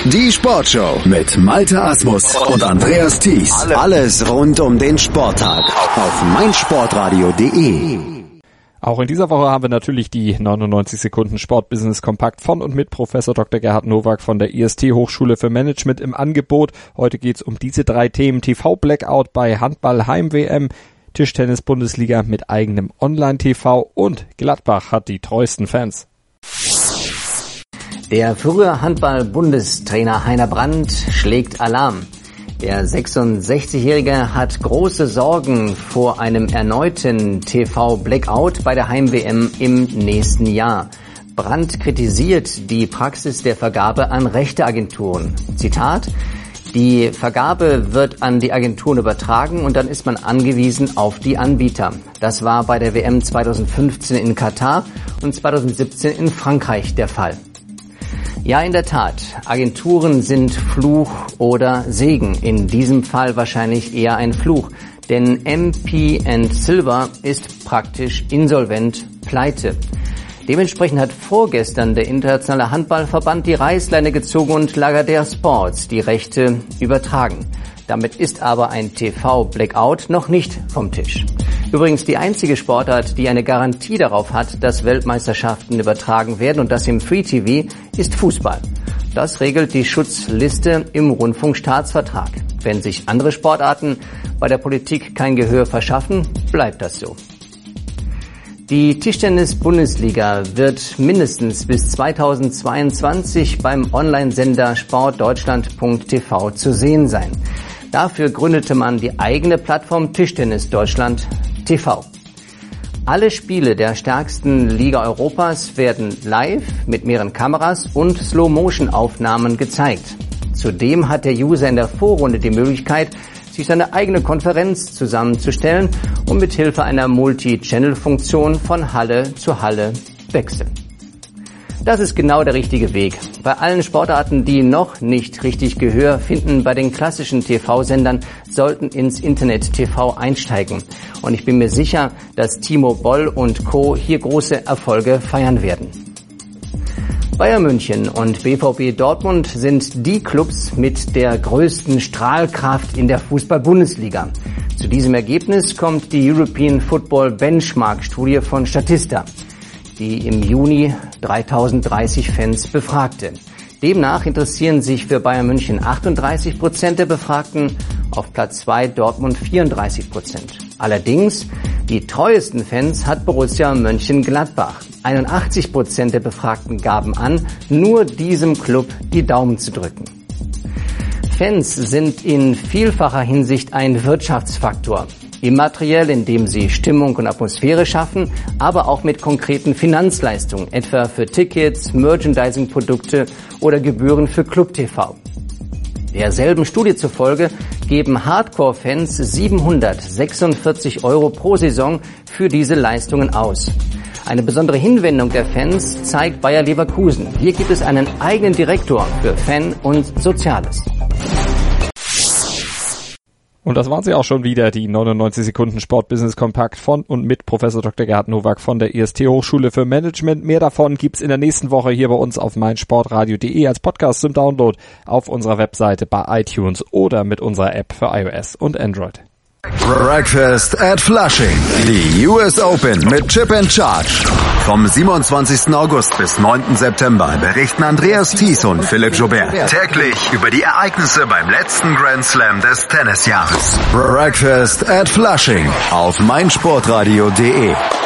Die Sportshow mit Malte Asmus und Andreas Thies. Alles rund um den Sporttag auf meinsportradio.de. Auch in dieser Woche haben wir natürlich die 99 Sekunden Sportbusiness Kompakt von und mit Professor Dr. Gerhard Nowak von der IST Hochschule für Management im Angebot. Heute geht's um diese 3 Themen: TV-Blackout bei Handball-Heim-WM, Tischtennis-Bundesliga mit eigenem Online-TV und Gladbach hat die treuesten Fans. Der frühere Handball-Bundestrainer Heiner Brandt schlägt Alarm. Der 66-Jährige hat große Sorgen vor einem erneuten TV-Blackout bei der Heim-WM im nächsten Jahr. Brandt kritisiert die Praxis der Vergabe an Rechteagenturen. Zitat: Die Vergabe wird an die Agenturen übertragen und dann ist man angewiesen auf die Anbieter. Das war bei der WM 2015 in Katar und 2017 in Frankreich der Fall. Ja, in der Tat, Agenturen sind Fluch oder Segen. In diesem Fall wahrscheinlich eher ein Fluch, denn MP & Silver ist praktisch insolvent, pleite. Dementsprechend hat vorgestern der Internationale Handballverband die Reißleine gezogen und Lagardère Sports die Rechte übertragen. Damit ist aber ein TV-Blackout noch nicht vom Tisch. Übrigens die einzige Sportart, die eine Garantie darauf hat, dass Weltmeisterschaften übertragen werden und das im Free TV, ist Fußball. Das regelt die Schutzliste im Rundfunkstaatsvertrag. Wenn sich andere Sportarten bei der Politik kein Gehör verschaffen, bleibt das so. Die Tischtennis-Bundesliga wird mindestens bis 2022 beim Online-Sender sportdeutschland.tv zu sehen sein. Dafür gründete man die eigene Plattform Tischtennis Deutschland TV. Alle Spiele der stärksten Liga Europas werden live mit mehreren Kameras und Slow-Motion-Aufnahmen gezeigt. Zudem hat der User in der Vorrunde die Möglichkeit, sich seine eigene Konferenz zusammenzustellen und mit Hilfe einer Multi-Channel-Funktion von Halle zu Halle wechseln. Das ist genau der richtige Weg. Bei allen Sportarten, die noch nicht richtig Gehör finden bei den klassischen TV-Sendern, sollten ins Internet-TV einsteigen. Und ich bin mir sicher, dass Timo Boll und Co. hier große Erfolge feiern werden. Bayern München und BVB Dortmund sind die Clubs mit der größten Strahlkraft in der Fußball-Bundesliga. Zu diesem Ergebnis kommt die European Football Benchmark Studie von Statista, die im Juni 3030 Fans befragte. Demnach interessieren sich für Bayern München 38% der Befragten, auf Platz 2 Dortmund 34%. Allerdings, die treuesten Fans hat Borussia Mönchengladbach. 81% der Befragten gaben an, nur diesem Club die Daumen zu drücken. Fans sind in vielfacher Hinsicht ein Wirtschaftsfaktor. Immateriell, indem sie Stimmung und Atmosphäre schaffen, aber auch mit konkreten Finanzleistungen, etwa für Tickets, Merchandising-Produkte oder Gebühren für Club TV. Derselben Studie zufolge geben Hardcore-Fans 746 € pro Saison für diese Leistungen aus. Eine besondere Hinwendung der Fans zeigt Bayer Leverkusen. Hier gibt es einen eigenen Direktor für Fan und Soziales. Und das waren sie auch schon wieder, die 99 Sekunden Sportbusiness Kompakt von und mit Professor Dr. Gerhard Nowak von der IST Hochschule für Management. Mehr davon gibt's in der nächsten Woche hier bei uns auf meinsportradio.de als Podcast zum Download auf unserer Webseite bei iTunes oder mit unserer App für iOS und Android. Breakfast at Flushing. Die US Open mit Chip and Charge. Vom 27. August bis 9. September berichten Andreas Thies und Philipp Joubert täglich über die Ereignisse beim letzten Grand Slam des Tennisjahres. Breakfast at Flushing auf meinsportradio.de.